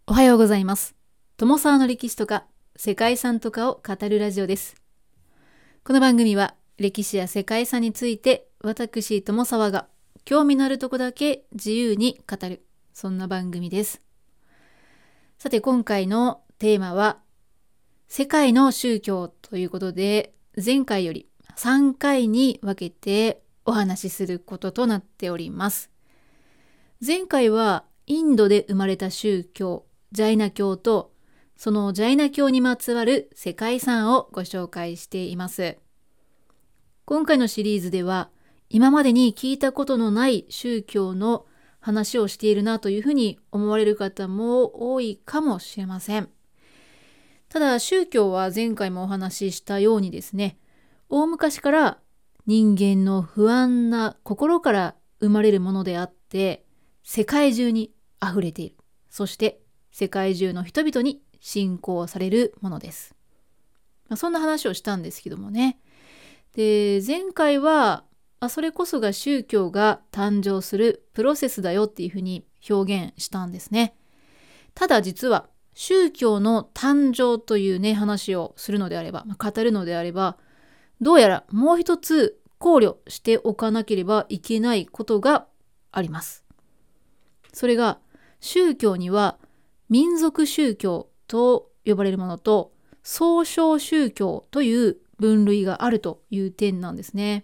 おはようございます。友沢の歴史とか世界遺産とかを語るラジオです。この番組は歴史や世界遺産について私友沢が興味のあるとこだけ自由に語る、そんな番組です。さて今回のテーマは世界の宗教ということで、前回より3回に分けてお話しすることとなっております。前回はインドで生まれた宗教ジャイナ教とそのジャイナ教にまつわる世界遺産をご紹介しています。今回のシリーズでは今までに聞いたことのない宗教の話をしているなというふうに思われる方も多いかもしれません。ただ宗教は前回もお話ししたようにですね、大昔から人間の不安な心から生まれるものであって世界中にあふれている。そして世界中の人々に信仰されるものです。そんな話をしたんですけどもね。で、前回はそれこそが宗教が誕生するプロセスだよっていうふうに表現したんですね。ただ実は宗教の誕生というね話をするのであれば、語るのであれば、どうやらもう一つ考慮しておかなければいけないことがあります。それが宗教には民族宗教と呼ばれるものと総称宗教という分類があるという点なんですね。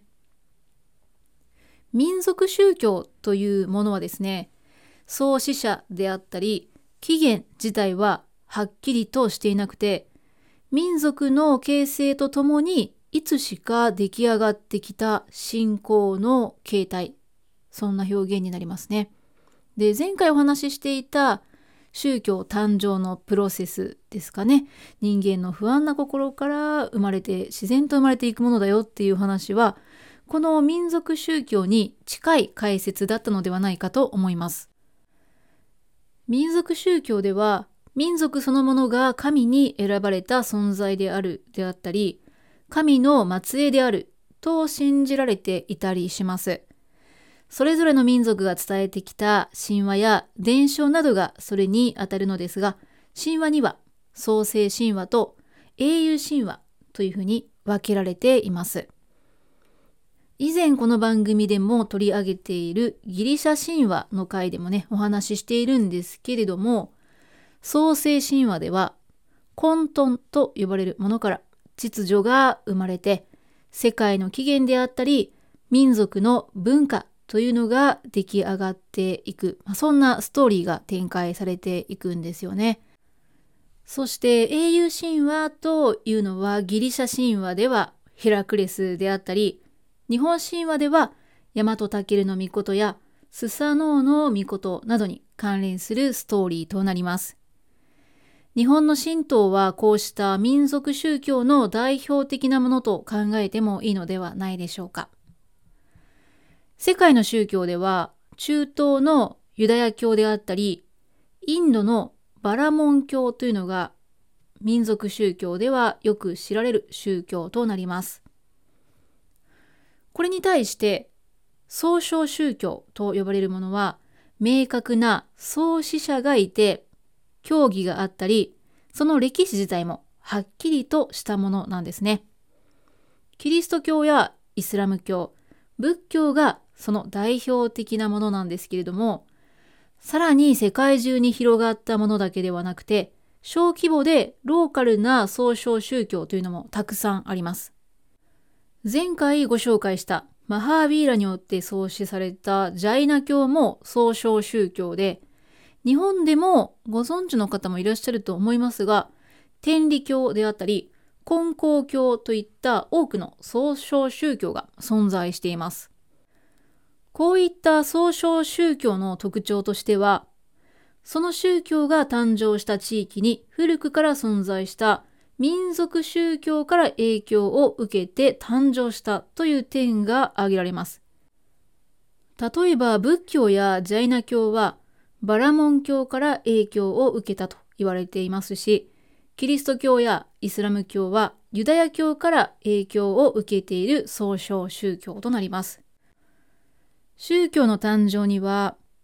民族宗教というものはですね、創始者であったり起源自体ははっきりとしていなくて、民族の形成とともにいつしか出来上がってきた信仰の形態、そんな表現になりますね。で、前回お話ししていた宗教誕生のプロセスですかね。人間の不安な心から自然と生まれていくものだよっていう話は、この民族宗教に近い解説だったのではないかと思います。民族宗教では、民族そのものが神に選ばれた存在であるであったり、神の末裔であると信じられていたりします。それぞれの民族が伝えてきた神話や伝承などがそれにあたるのですが、神話には創世神話と英雄神話というふうに分けられています。以前この番組でも取り上げているギリシャ神話の回でもねお話ししているんですけれども、創世神話では混沌と呼ばれるものから秩序が生まれて、世界の起源であったり民族の文化というのが出来上がっていく、そんなストーリーが展開されていくんですよね。そして英雄神話というのはギリシャ神話ではヘラクレスであったり、日本神話では大和武の命やスサノオノミコトなどに関連するストーリーとなります。日本の神道はこうした民族宗教の代表的なものと考えてもいいのではないでしょうか。世界の宗教では中東のユダヤ教であったり、インドのバラモン教というのが民族宗教ではよく知られる宗教となります。これに対して総称宗教と呼ばれるものは明確な創始者がいて、教義があったり、その歴史自体もはっきりとしたものなんですね。キリスト教やイスラム教、仏教がその代表的なものなんですけれども、さらに世界中に広がったものだけではなくて、小規模でローカルな総称宗教というのもたくさんあります。前回ご紹介したマハーヴィーラによって創始されたジャイナ教も総称宗教で、日本でもご存知の方もいらっしゃると思いますが、天理教であったり金光教といった多くの総称宗教が存在しています。こういった総称宗教の特徴としては、その宗教が誕生した地域に古くから存在した民族宗教から影響を受けて誕生したという点が挙げられます。例えば仏教やジャイナ教はバラモン教から影響を受けたと言われていますし、キリスト教やイスラム教はユダヤ教から影響を受けている総称宗教となります。宗教の誕生には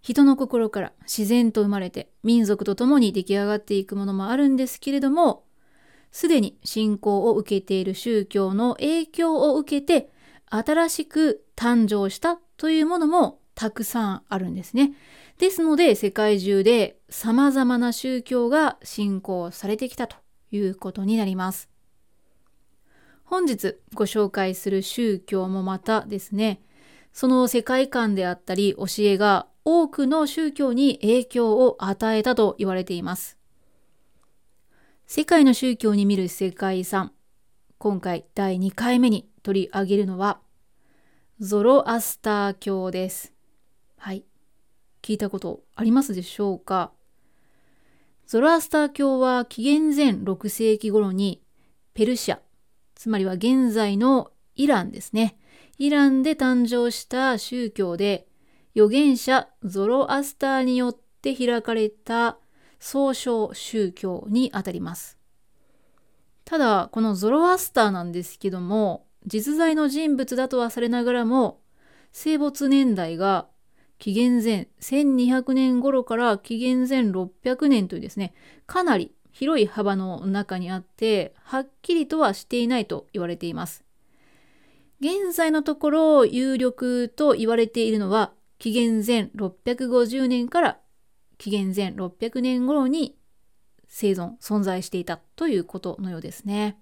人の心から自然と生まれて民族とともに出来上がっていくものもあるんですけれども、すでに信仰を受けている宗教の影響を受けて新しく誕生したというものもたくさんあるんですね。ですので世界中で様々な宗教が信仰されてきたということになります。本日ご紹介する宗教もまたですね、その世界観であったり教えが多くの宗教に影響を与えたと言われています。世界の宗教に見る世界遺産、今回第2回目に取り上げるのはゾロアスター教です。はい、聞いたことありますでしょうか。ゾロアスター教は紀元前6世紀頃にペルシャ、つまりは現在のイランですね。イランで誕生した宗教で、預言者ゾロアスターによって開かれた総称宗教にあたります。ただ、このゾロアスターなんですけども、実在の人物だとはされながらも、生没年代が紀元前1200年頃から紀元前600年というですね、かなり広い幅の中にあって、はっきりとはしていないと言われています。現在のところ有力と言われているのは、紀元前650年から紀元前600年頃に存在していたということのようですね。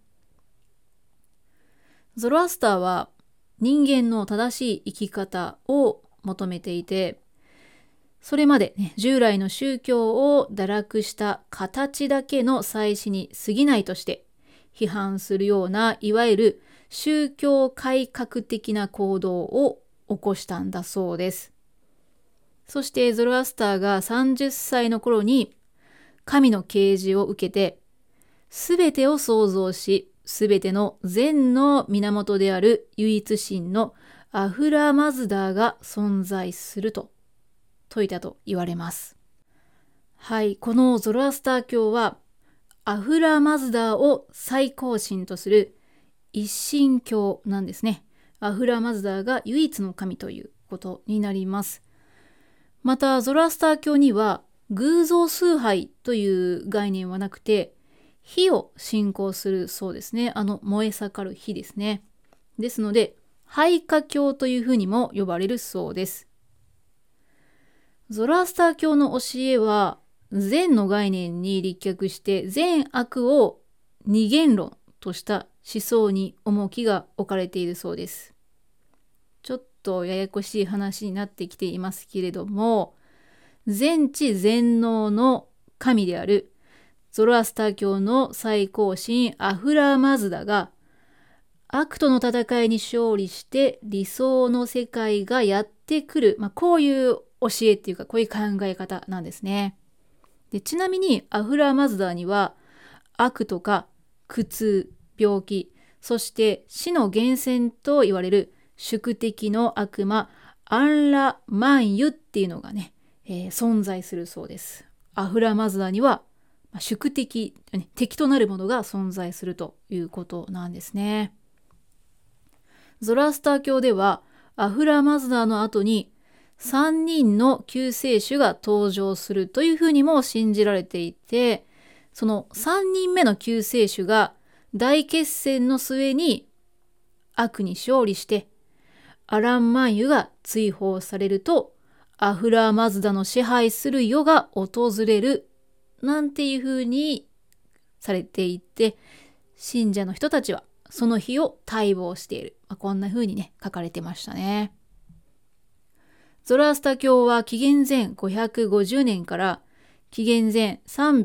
ゾロアスターは人間の正しい生き方を求めていて、それまで、従来の宗教を堕落した形だけの祭祀に過ぎないとして批判するような、いわゆる宗教改革的な行動を起こしたんだそうです。そしてゾロアスターが30歳の頃に神の啓示を受けて、すべてを創造し、すべての善の源である唯一神のアフラマズダーが存在すると説いたと言われます。はい、このゾロアスター教はアフラマズダーを最高神とする一神教なんですね。アフラマズダーが唯一の神ということになります。またゾロアスター教には偶像崇拝という概念はなくて、火を信仰するそうですね。燃え盛る火ですね。ですので廃火教というふうにも呼ばれるそうです。ゾロアスター教の教えは善の概念に立脚して善悪を二元論とした思想に重きが置かれているそうです。ちょっとややこしい話になってきていますけれども、全知全能の神であるゾロアスター教の最高神アフラマズダが悪との戦いに勝利して理想の世界がやってくる、こういう教えっていうか、こういう考え方なんですね。で、ちなみにアフラマズダには悪とか苦痛、病気、そして死の源泉と言われる宿敵の悪魔アンラマンユっていうのがね、存在するそうです。アフラマズダには宿敵、敵となるものが存在するということなんですね。ゾロアスター教ではアフラマズダの後に3人の救世主が登場するというふうにも信じられていて、その3人目の救世主が大決戦の末に悪に勝利してアランマンユが追放されると、アフラマズダの支配する世が訪れるなんていうふうにされていて、信者の人たちはその日を待望している、こんなふうにね書かれてましたね。ゾロアスタ教は紀元前550年から紀元前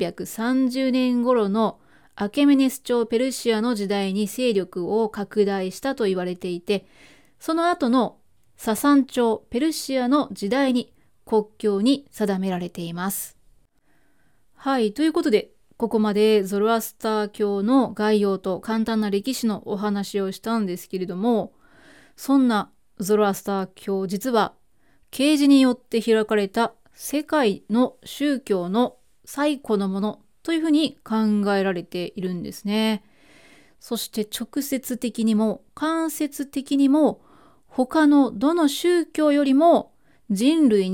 330年頃のアケメネス朝ペルシアの時代に勢力を拡大したと言われていて、その後のササン朝ペルシアの時代に国教に定められています。はい、ということでここまでゾロアスター教の概要と簡単な歴史のお話をしたんですけれども、そんなゾロアスター教、実は啓示によって開かれた世界の宗教の最古のものというふうに考えられているんですね。そして直接的にも間接的にも他のどの宗教よりも人類に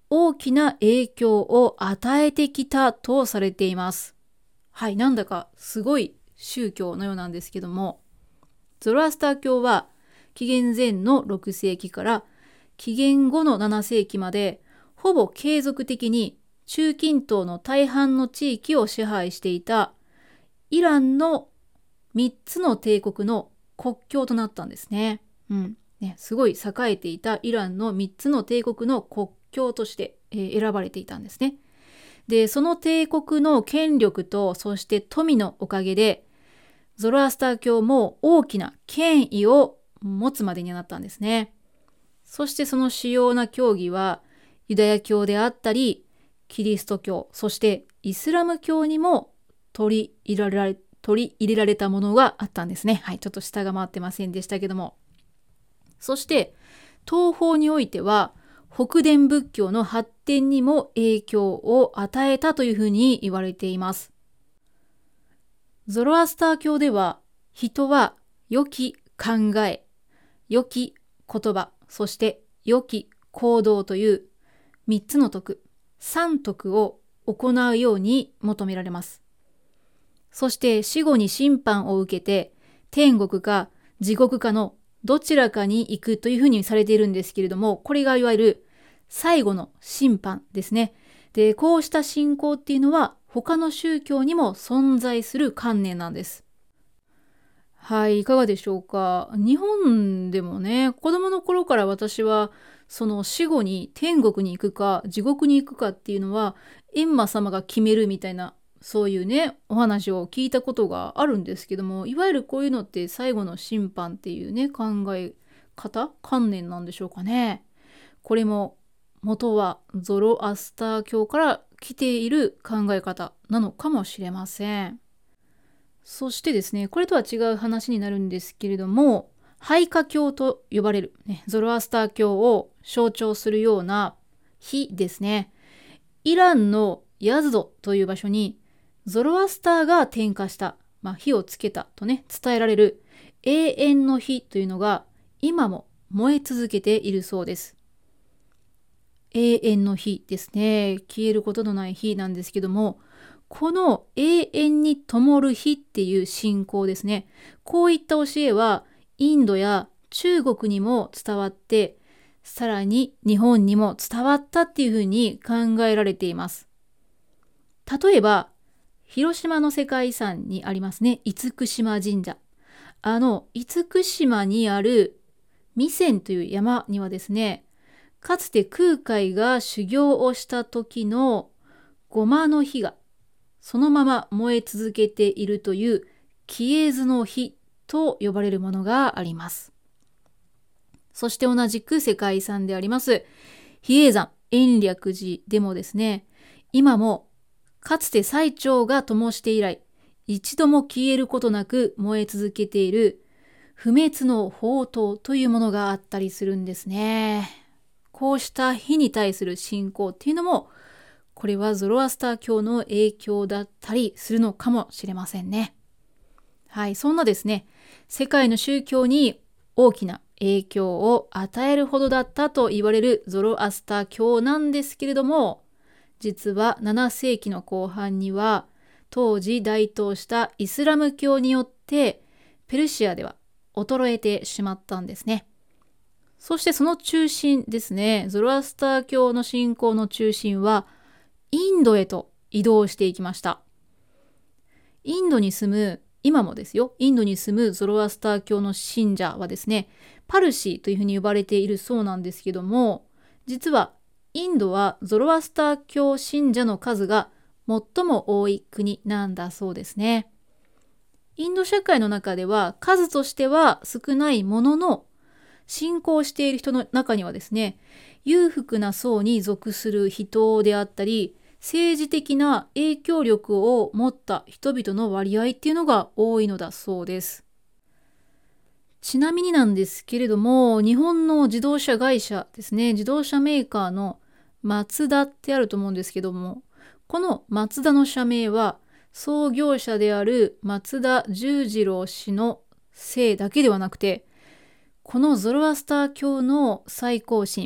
大きな影響を与えてきたとされています。はい、なんだかすごい宗教のようなんですけども、ゾロアスター教は紀元前の6世紀から紀元後の7世紀までほぼ継続的に中近東の大半の地域を支配していたイランの3つの帝国の国境となったんですね。すごい栄えていたイランの3つの帝国の国境として、選ばれていたんですね。で、その帝国の権力とそして富のおかげでゾロアスター教も大きな権威を持つまでになったんですね。そしてその主要な教義はユダヤ教であったり、キリスト教、そしてイスラム教にも取り入れられたものがあったんですね。はい、ちょっと下が回ってませんでしたけども。そして東方においては北伝仏教の発展にも影響を与えたというふうに言われています。ゾロアスター教では人は良き考え、良き言葉、そして良き行動という3つの徳、3徳を行うように求められます。そして死後に審判を受けて天国か地獄かのどちらかに行くというふうにされているんですけれども、これがいわゆる最後の審判ですね。で、こうした信仰っていうのは他の宗教にも存在する観念なんです。はい、いかがでしょうか。日本でもね、子供の頃から私はその死後に天国に行くか地獄に行くかっていうのは閻魔様が決めるみたいな、そういうねお話を聞いたことがあるんですけども、いわゆるこういうのって最後の審判っていうね考え方、観念なんでしょうかね。これも元はゾロアスター教から来ている考え方なのかもしれません。そしてですね、これとは違う話になるんですけれども、ハカ教と呼ばれる、ゾロアスター教を象徴するような火ですね。イランのヤズドという場所にゾロアスターが点火した、火をつけたとね伝えられる永遠の火というのが今も燃え続けているそうです。永遠の火ですね。消えることのない火なんですけども、この永遠に灯る火っていう信仰ですね。こういった教えはインドや中国にも伝わって、さらに日本にも伝わったっていうふうに考えられています。例えば広島の世界遺産にありますね、厳島神社。厳島にある弥山という山にはですね、かつて空海が修行をした時のごまの火がそのまま燃え続けているという消えずの火と呼ばれるものがあります。そして同じく世界遺産であります比叡山延暦寺でもですね、今もかつて最澄が灯して以来一度も消えることなく燃え続けている不滅の法灯というものがあったりするんですね。こうした火に対する信仰っていうのも、これはゾロアスター教の影響だったりするのかもしれませんね。はい、そんなですね、世界の宗教に大きな影響を与えるほどだったと言われるゾロアスター教なんですけれども、実は7世紀の後半には当時台頭したイスラム教によってペルシアでは衰えてしまったんですね。そしてその中心ですね、ゾロアスター教の信仰の中心はインドへと移動していきました。インドに住む、今もですよ、インドに住むゾロアスター教の信者はですね、パルシーというふうに呼ばれているそうなんですけども、実はインドはゾロアスター教信者の数が最も多い国なんだそうですね。インド社会の中では数としては少ないものの、信仰している人の中にはですね、裕福な層に属する人であったり、政治的な影響力を持った人々の割合っていうのが多いのだそうです。ちなみになんですけれども、日本の自動車会社ですね、自動車メーカーのマツダってあると思うんですけども、このマツダの社名は創業者である松田十次郎氏の姓だけではなくて、このゾロアスター教の最高神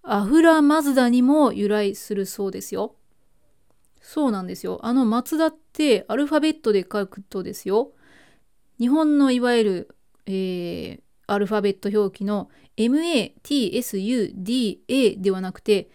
アフラマズダにも由来するそうですよ。そうなんですよ。マツダってアルファベットで書くとですよ、日本のいわゆる、アルファベット表記の MATSUDA ではなくて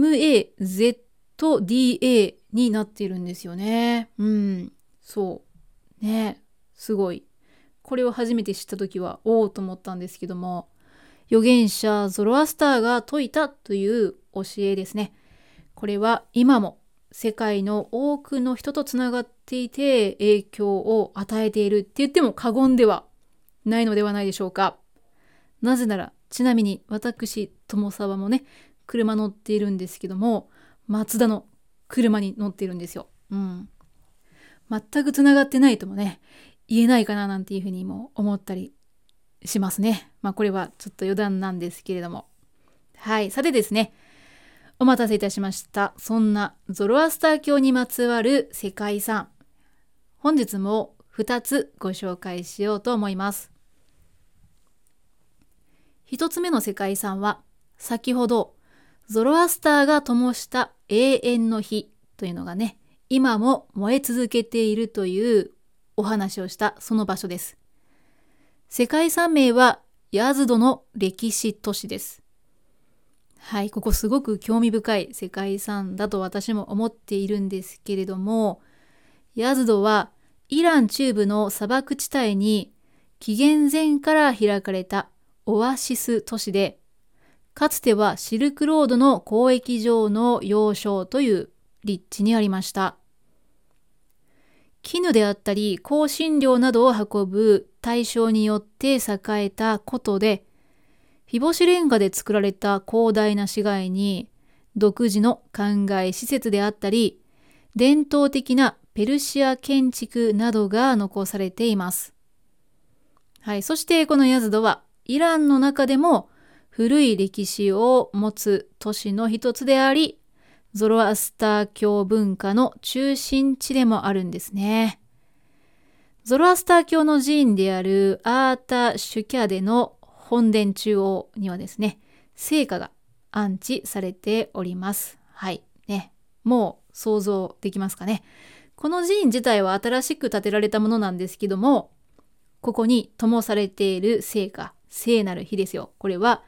MAZDA になっているんですよね。そうね、すごい。これを初めて知った時はおおと思ったんですけども、預言者ゾロアスターが説いたという教えですね。これは今も世界の多くの人とつながっていて影響を与えているって言っても過言ではないのではないでしょうか。なぜなら、ちなみに私友沢もね、車乗っているんですけども、マツダの車に乗っているんですよ。全くつながってないともね、言えないかななんていうふうにも思ったりしますね。これはちょっと余談なんですけれども。はい、さてですね、お待たせいたしました。そんなゾロアスター教にまつわる世界遺産、本日も2つご紹介しようと思います。1つ目の世界遺産は、先ほどゾロアスターが灯した永遠の火というのがね、今も燃え続けているというお話をしたその場所です。世界遺産名はヤズドの歴史都市です。はい、ここすごく興味深い世界遺産だと私も思っているんですけれども、ヤズドはイラン中部の砂漠地帯に紀元前から開かれたオアシス都市で、かつてはシルクロードの交易上の要衝という立地にありました。絹であったり香辛料などを運ぶ大商によって栄えたことで、日干しレンガで作られた広大な市街に独自の灌漑施設であったり、伝統的なペルシア建築などが残されています。はい、そしてこのヤズドはイランの中でも古い歴史を持つ都市の一つであり、ゾロアスター教文化の中心地でもあるんですね。ゾロアスター教の寺院であるアータ・シュキャデの本殿中央にはですね、聖火が安置されております。はいね、もう想像できますかね。この寺院自体は新しく建てられたものなんですけども、ここに灯されている聖火、聖なる火ですよ。これは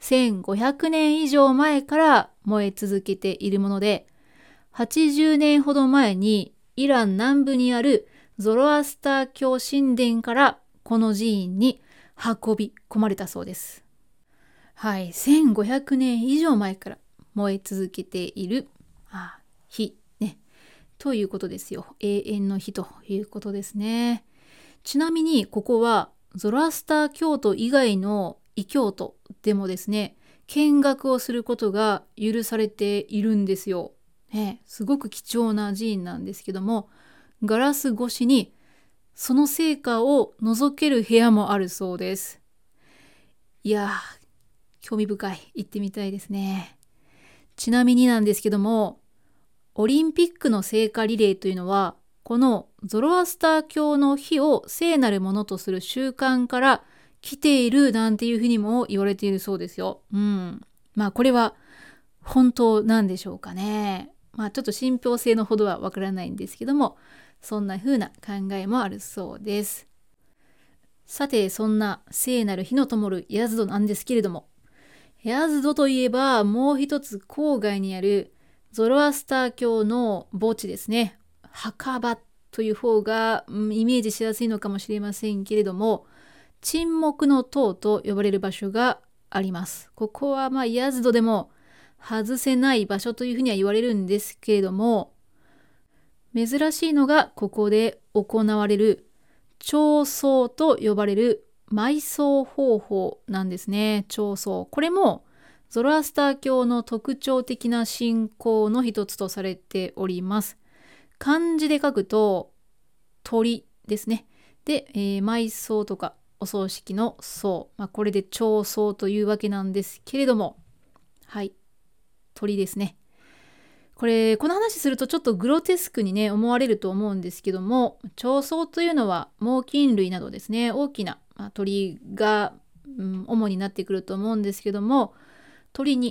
1500年以上前から燃え続けているもので、80年ほど前にイラン南部にあるゾロアスター教神殿からこの寺院に運び込まれたそうです。はい、1500年以上前から燃え続けている火ね、ということですよ。永遠の火ということですね。ちなみにここはゾロアスター教徒以外の異教徒でもですね、見学をすることが許されているんですよ。すごく貴重な寺院なんですけども、ガラス越しにその聖火を覗ける部屋もあるそうです。いやー、興味深い。行ってみたいですね。ちなみになんですけども、オリンピックの聖火リレーというのは、このゾロアスター教の火を聖なるものとする習慣から来ているなんていうふうにも言われているそうですよ。これは本当なんでしょうかね。ちょっと信憑性のほどはわからないんですけども、そんな風な考えもあるそうです。さて、そんな聖なる火の灯るヤズドなんですけれども、ヤズドといえばもう一つ郊外にあるゾロアスター教の墓地ですね。墓場という方が、イメージしやすいのかもしれませんけれども、沈黙の塔と呼ばれる場所があります。ここはヤズドでも外せない場所というふうには言われるんですけれども、珍しいのがここで行われる彫葬と呼ばれる埋葬方法なんですね。彫葬。これもゾロアスター教の特徴的な信仰の一つとされております。漢字で書くと鳥ですね。で、埋葬とかお葬式の葬、これで彫葬というわけなんですけれども、はい、鳥ですね。この話するとちょっとグロテスクにね思われると思うんですけども、彫葬というのは猛禽類などですね、大きな、鳥が、主になってくると思うんですけども、鳥に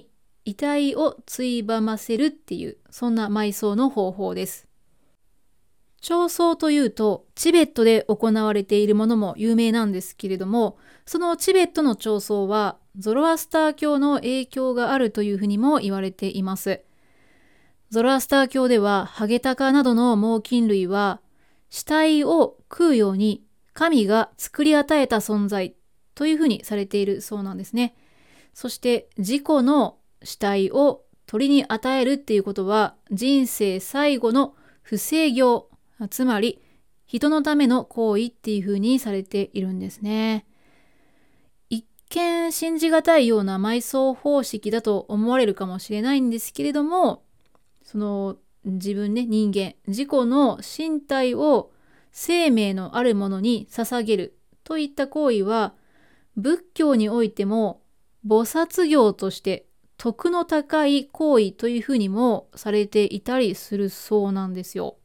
遺体をついばませるっていう、そんな埋葬の方法です。彫葬というと、チベットで行われているものも有名なんですけれども、そのチベットの彫葬は、ゾロアスター教の影響があるというふうにも言われています。ゾロアスター教では、ハゲタカなどの猛禽類は、死体を食うように神が作り与えた存在というふうにされているそうなんですね。そして自己の死体を鳥に与えるっていうことは人生最後の不正業、つまり人のための行為っていうふうにされているんですね。一見信じがたいような埋葬方式だと思われるかもしれないんですけれども、その自分ね、人間、自己の身体を生命のあるものに捧げるといった行為は、仏教においても菩薩業として徳の高い行為というふうにもされていたりするそうなんですよ。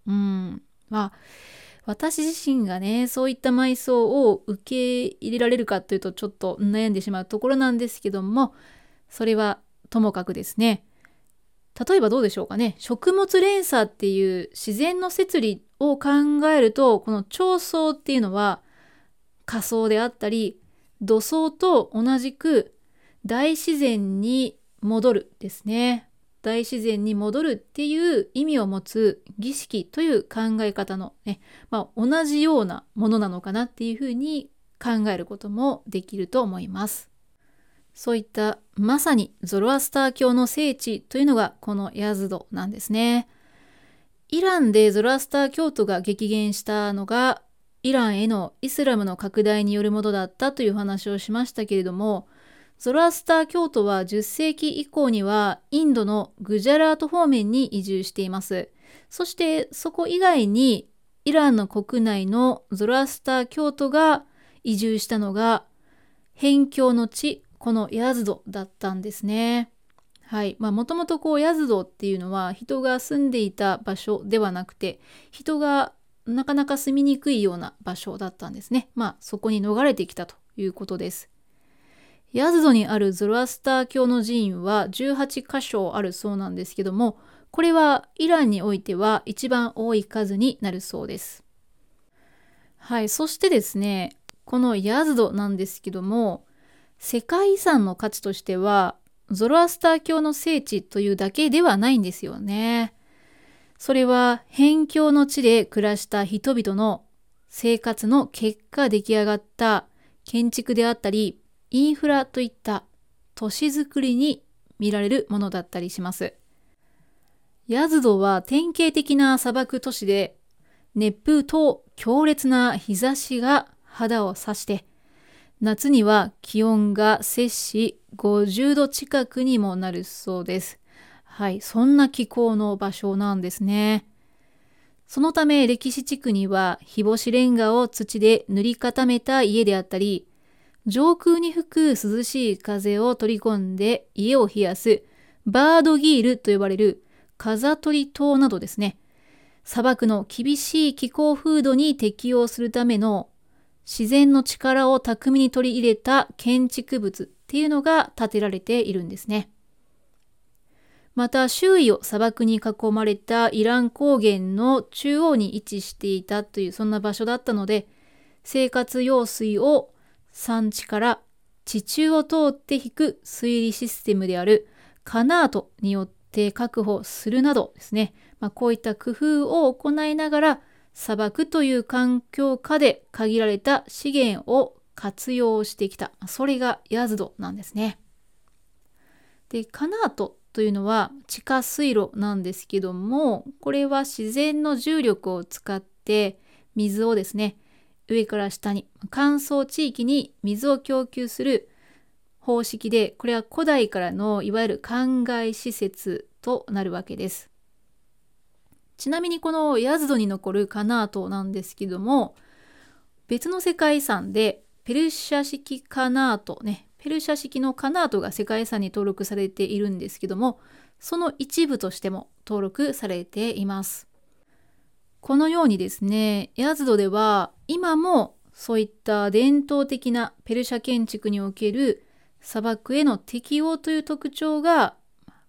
私自身がね、そういった埋葬を受け入れられるかというとちょっと悩んでしまうところなんですけども、それはともかくですね。例えばどうでしょうかね。食物連鎖っていう自然の摂理を考えると、この彫層っていうのは火葬であったり土葬と同じく大自然に戻るですね。大自然に戻るっていう意味を持つ儀式という考え方のね、同じようなものなのかなっていうふうに考えることもできると思います。そういったまさにゾロアスター教の聖地というのがこのヤズドなんですね。イランでゾロアスター教徒が激減したのがイランへのイスラムの拡大によるものだったという話をしましたけれども、ゾロアスター教徒は10世紀以降にはインドのグジャラート方面に移住しています。そしてそこ以外にイランの国内のゾロアスター教徒が移住したのが辺境の地、このヤズドだったんですね。はい。もともとヤズドっていうのは人が住んでいた場所ではなくて、人がなかなか住みにくいような場所だったんですね。そこに逃れてきたということです。ヤズドにあるゾロアスター教の寺院は18箇所あるそうなんですけども、これはイランにおいては一番多い数になるそうです。はい。そしてですね、このヤズドなんですけども、世界遺産の価値としてはゾロアスター教の聖地というだけではないんですよね。それは辺境の地で暮らした人々の生活の結果出来上がった建築であったりインフラといった都市づくりに見られるものだったりします。ヤズドは典型的な砂漠都市で熱風と強烈な日差しが肌を刺して夏には気温が摂氏50度近くにもなるそうです。はい、そんな気候の場所なんですね。そのため歴史地区には日干しレンガを土で塗り固めた家であったり、上空に吹く涼しい風を取り込んで家を冷やすバードギールと呼ばれる風取り塔などですね、砂漠の厳しい気候風土に適応するための自然の力を巧みに取り入れた建築物っていうのが建てられているんですね。また周囲を砂漠に囲まれたイラン高原の中央に位置していたというそんな場所だったので、生活用水を山地から地中を通って引く水利システムであるカナートによって確保するなどですね、こういった工夫を行いながら砂漠という環境下で限られた資源を活用してきた。それがヤズドなんですね。で、カナートというのは地下水路なんですけども、これは自然の重力を使って水をですね、上から下に乾燥地域に水を供給する方式で、これは古代からのいわゆる灌漑施設となるわけです。ちなみにこのヤズドに残るカナートなんですけども、別の世界遺産でペルシャ式カナートね、ペルシャ式のカナートが世界遺産に登録されているんですけども、その一部としても登録されています。このようにですね、ヤズドでは今もそういった伝統的なペルシャ建築における砂漠への適応という特徴が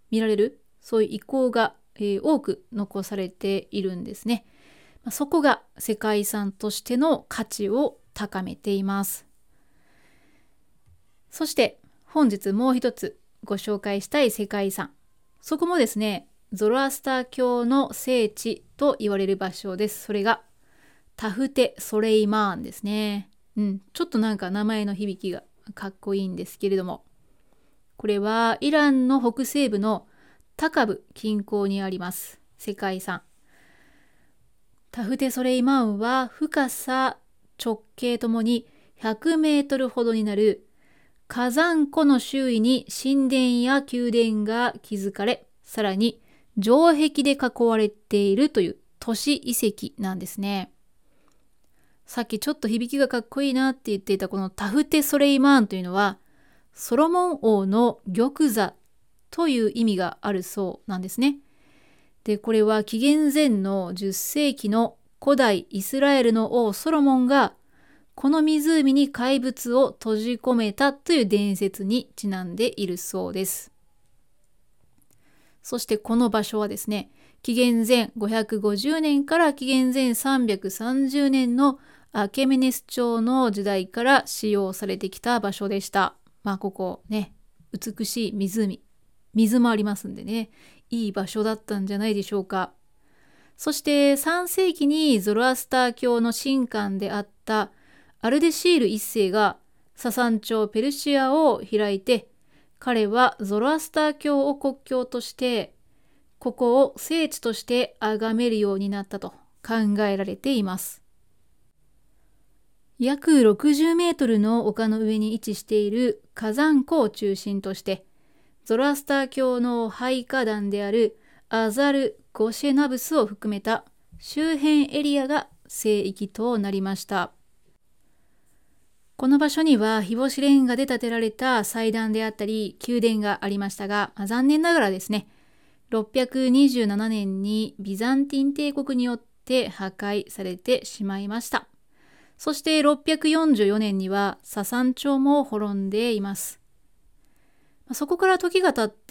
見られる、そういう遺構が、多く残されているんですね。そこが世界遺産としての価値を高めています。そして本日もう一つご紹介したい世界遺産。そこもですね、ゾロアスター教の聖地と言われる場所です。それがタフテ・ソレイマーンですね。ちょっとなんか名前の響きがかっこいいんですけれども、これはイランの北西部のタカブ近郊にあります世界遺産。タフテ・ソレイマンは深さ、直径ともに100メートルほどになる火山湖の周囲に神殿や宮殿が築かれ、さらに城壁で囲われているという都市遺跡なんですね。さっきちょっと響きがかっこいいなって言っていたこのタフテ・ソレイマーンというのは、ソロモン王の玉座という意味があるそうなんですね。で、これは紀元前の10世紀の古代イスラエルの王ソロモンがこの湖に怪物を閉じ込めたという伝説にちなんでいるそうです。そしてこの場所はですね、紀元前550年から紀元前330年のアケメネス朝の時代から使用されてきた場所でした。ここね、美しい湖、水もありますんでね、いい場所だったんじゃないでしょうか。そして3世紀にゾロアスター教の神官であったアルデシール一世がササン朝ペルシアを開いて、彼はゾロアスター教を国教としてここを聖地として崇めるようになったと考えられています。約60メートルの丘の上に位置している火山湖を中心として、ゾロアスター教の配下団であるアザル・ゴシェナブスを含めた周辺エリアが聖域となりました。この場所には日干しレンガで建てられた祭壇であったり宮殿がありましたが、残念ながらですね、627年にビザンティン帝国によって破壊されてしまいました。そして644年にはササン朝も滅んでいます。そこから時が経って、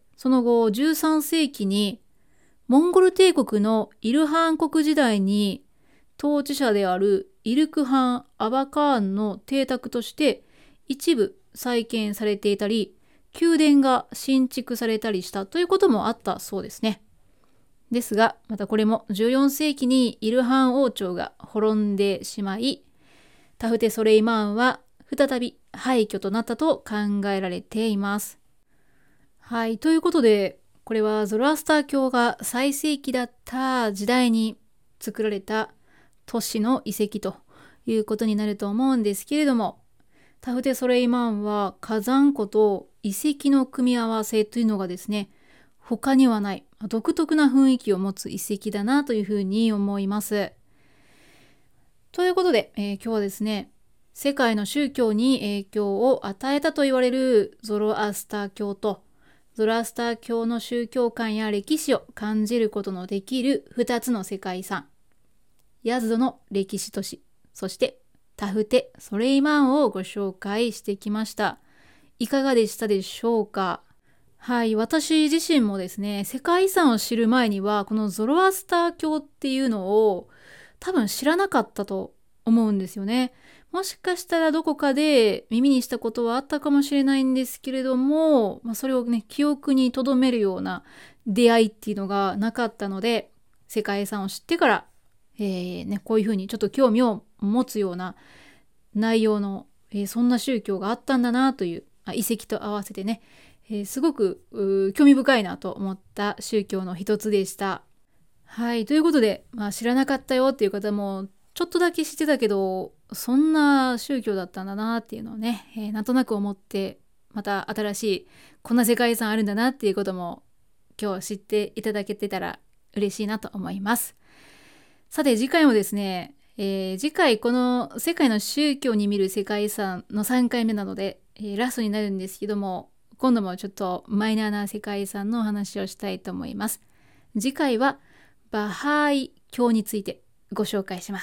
その後13世紀にモンゴル帝国のイルハン国時代に統治者であるイルクハン・アバカーンの邸宅として一部再建されていたり、宮殿が新築されたりしたということもあったそうですね。ですが、またこれも14世紀にイルハン王朝が滅んでしまい、タフテ・ソレイマンは再び廃墟となったと考えられています。はい、ということで、これはゾロアスター教が最盛期だった時代に作られた都市の遺跡ということになると思うんですけれども、タフテ・ソレイマンは火山湖と遺跡の組み合わせというのがですね、他にはない独特な雰囲気を持つ遺跡だなというふうに思います。ということで、今日はですね、世界の宗教に影響を与えたと言われるゾロアスター教と、ゾロアスター教の宗教観や歴史を感じることのできる2つの世界遺産、ヤズドの歴史都市、そしてタフテ・ソレイマンをご紹介してきました。いかがでしたでしょうか？はい、私自身もですね、世界遺産を知る前には、このゾロアスター教っていうのを多分知らなかったと思うんですよね。もしかしたらどこかで耳にしたことはあったかもしれないんですけれども、それをね、記憶に留めるような出会いっていうのがなかったので、世界遺産を知ってから、こういうふうにちょっと興味を持つような内容の、そんな宗教があったんだなという、遺跡と合わせてね、すごく興味深いなと思った宗教の一つでした。はい、ということで、知らなかったよっていう方もちょっとだけ知ってたけど、そんな宗教だったんだなっていうのをね、なんとなく思って、また新しいこんな世界遺産あるんだなっていうことも今日知っていただけてたら嬉しいなと思います。さて次回もですね、次回この世界の宗教に見る世界遺産の3回目なので、ラストになるんですけども、今度もちょっとマイナーな世界遺産のお話をしたいと思います。次回はバハイ教についてご紹介します。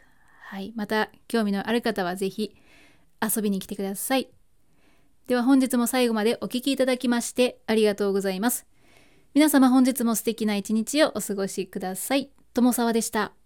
はい、また興味のある方はぜひ遊びに来てください。 では本日も最後までお聞きいただきましてありがとうございます。皆様本日も素敵な一日をお過ごしください。友沢でした。